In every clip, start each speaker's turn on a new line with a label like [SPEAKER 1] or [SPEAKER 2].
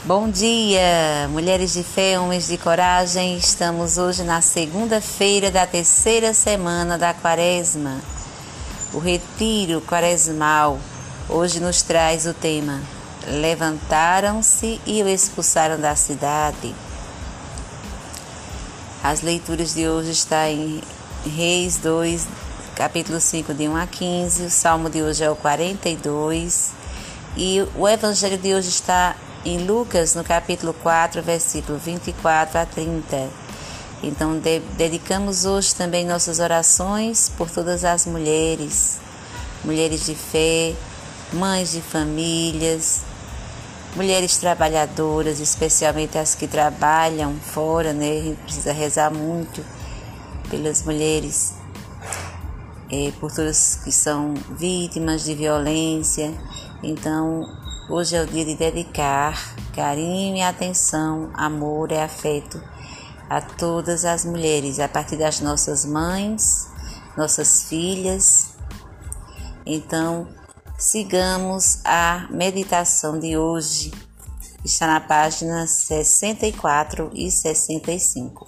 [SPEAKER 1] Bom dia, mulheres de fé, homens de coragem. Estamos hoje na segunda-feira da terceira semana da Quaresma. O retiro quaresmal hoje nos traz o tema: levantaram-se e o expulsaram da cidade. As leituras de hoje estão em Reis 2, capítulo 5, de 1 a 15. O salmo de hoje é o 42. E o evangelho de hoje está em Lucas, no capítulo 4, versículo 24 a 30. Então, dedicamos hoje também nossas orações por todas as mulheres, mulheres de fé, mães de famílias, mulheres trabalhadoras, especialmente as que trabalham fora, né? A gente precisa rezar muito pelas mulheres, por todas que são vítimas de violência. Então, hoje é o dia de dedicar carinho e atenção, amor e afeto a todas as mulheres, a partir das nossas mães, nossas filhas. Então, sigamos a meditação de hoje. Está na página 64 e 65.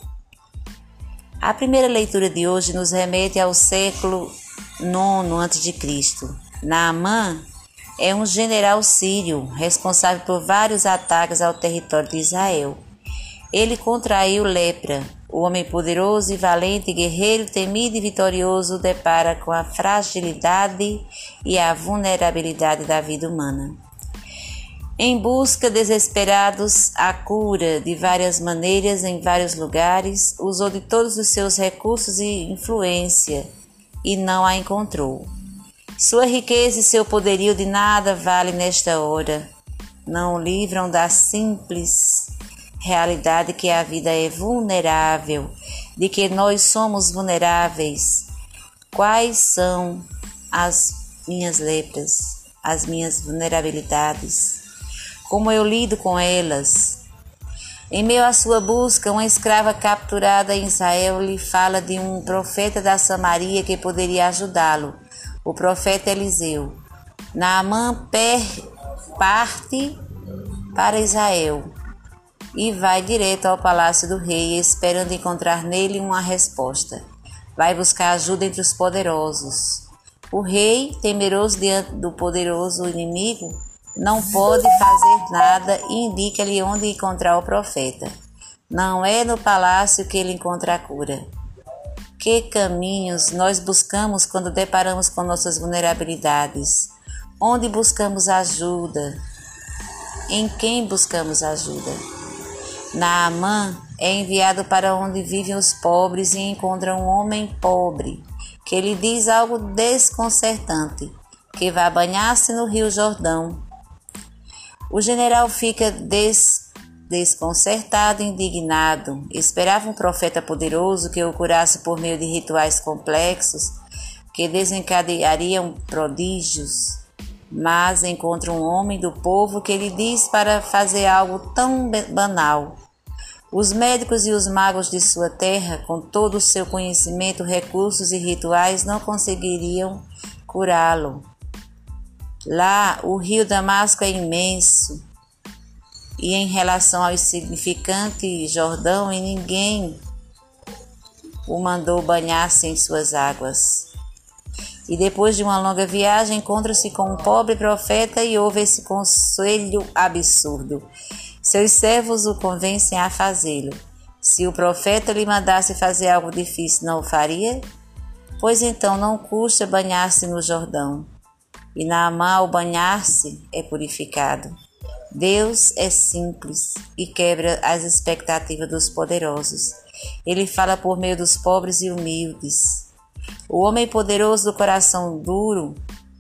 [SPEAKER 1] A primeira leitura de hoje nos remete ao século IX a.C. Naamã é um general sírio responsável por vários ataques ao território de Israel. Ele contraiu lepra. O homem poderoso e valente, guerreiro, temido e vitorioso, depara com a fragilidade e a vulnerabilidade da vida humana. Em busca desesperados a cura de várias maneiras em vários lugares, usou de todos os seus recursos e influência e não a encontrou. Sua riqueza e seu poderio de nada valem nesta hora. Não o livram da simples realidade que a vida é vulnerável, de que nós somos vulneráveis. Quais são as minhas lepras, as minhas vulnerabilidades? Como eu lido com elas? Em meio à sua busca, uma escrava capturada em Israel lhe fala de um profeta da Samaria que poderia ajudá-lo. O profeta Eliseu. Naamã parte para Israel e vai direto ao palácio do rei, esperando encontrar nele uma resposta. Vai buscar ajuda entre os poderosos. O rei, temeroso diante do poderoso inimigo, não pode fazer nada e indica-lhe onde encontrar o profeta. Não é no palácio que ele encontra a cura. Que caminhos nós buscamos quando deparamos com nossas vulnerabilidades? Onde buscamos ajuda? Em quem buscamos ajuda? Naamã é enviado para onde vivem os pobres e encontra um homem pobre, que lhe diz algo desconcertante, que vai banhar-se no Rio Jordão. O general fica desconcertado e indignado. Esperava um profeta poderoso que o curasse por meio de rituais complexos que desencadeariam prodígios, mas encontra um homem do povo que lhe diz para fazer algo tão banal. Os médicos e os magos de sua terra, com todo o seu conhecimento, recursos e rituais, não conseguiriam curá-lo. Lá, o rio Damasco é imenso, e em relação ao insignificante Jordão, e ninguém o mandou banhar-se em suas águas. E depois de uma longa viagem, encontra-se com um pobre profeta e ouve esse conselho absurdo. Seus servos o convencem a fazê-lo. Se o profeta lhe mandasse fazer algo difícil, não o faria? Pois então não custa banhar-se no Jordão. E Naamã, ao banhar-se, é purificado. Deus é simples e quebra as expectativas dos poderosos. Ele fala por meio dos pobres e humildes. O homem poderoso de coração duro,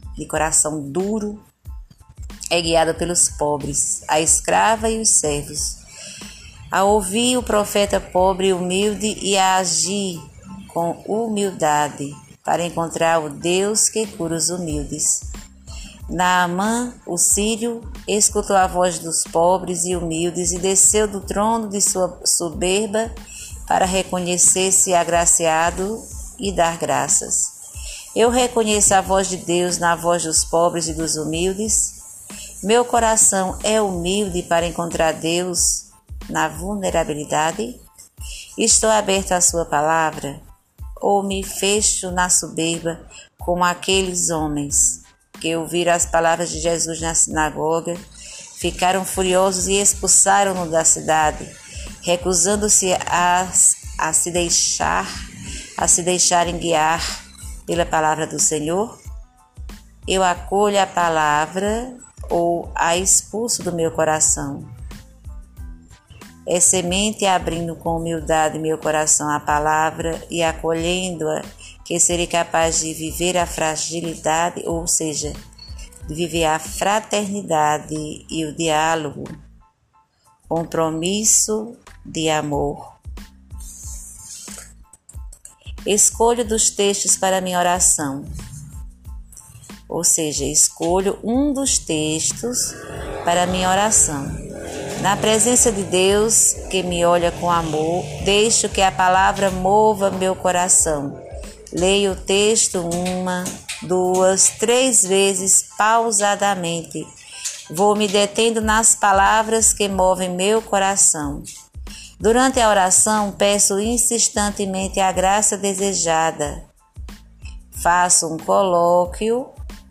[SPEAKER 1] é guiado pelos pobres, a escrava e os servos. A ouvir o profeta pobre e humilde e a agir com humildade para encontrar o Deus que cura os humildes. Naamã, o sírio, escutou a voz dos pobres e humildes e desceu do trono de sua soberba para reconhecer-se agraciado e dar graças. Eu reconheço a voz de Deus na voz dos pobres e dos humildes. Meu coração é humilde para encontrar Deus na vulnerabilidade? Estou aberto à sua palavra? Ou me fecho na soberba como aqueles homens que ouviram as palavras de Jesus na sinagoga, ficaram furiosos e expulsaram-no da cidade, recusando-se a se deixarem guiar pela palavra do Senhor? Eu acolho a palavra ou a expulso do meu coração? É semente abrindo com humildade meu coração à palavra e acolhendo-a que serei capaz de viver a fragilidade, ou seja, de viver a fraternidade e o diálogo, compromisso de amor. Escolho dos textos para minha oração, ou seja, escolho um dos textos para minha oração. Na presença de Deus, que me olha com amor, deixo que a palavra mova meu coração. Leio o texto 1, 2, 3 vezes pausadamente. Vou me detendo nas palavras que movem meu coração. Durante a oração, peço insistentemente a graça desejada. Faço um colóquio,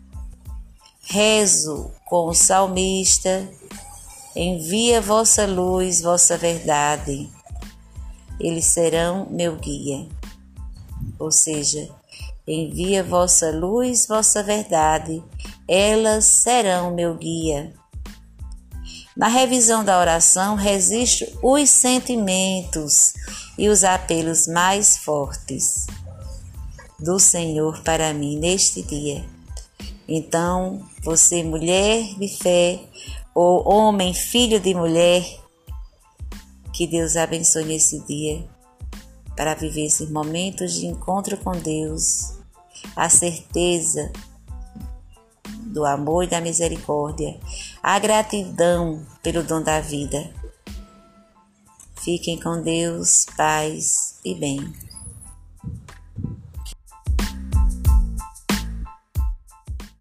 [SPEAKER 1] rezo com o salmista. Envia vossa luz, vossa verdade. Eles serão meu guia. Ou seja, envia vossa luz, vossa verdade. Elas serão meu guia. Na revisão da oração, registro os sentimentos e os apelos mais fortes do Senhor para mim neste dia. Então, você, mulher de fé, ou homem, filho de mulher, que Deus abençoe nesse dia para viver esses momentos de encontro com Deus, a certeza do amor e da misericórdia, a gratidão pelo dom da vida. Fiquem com Deus, paz e bem.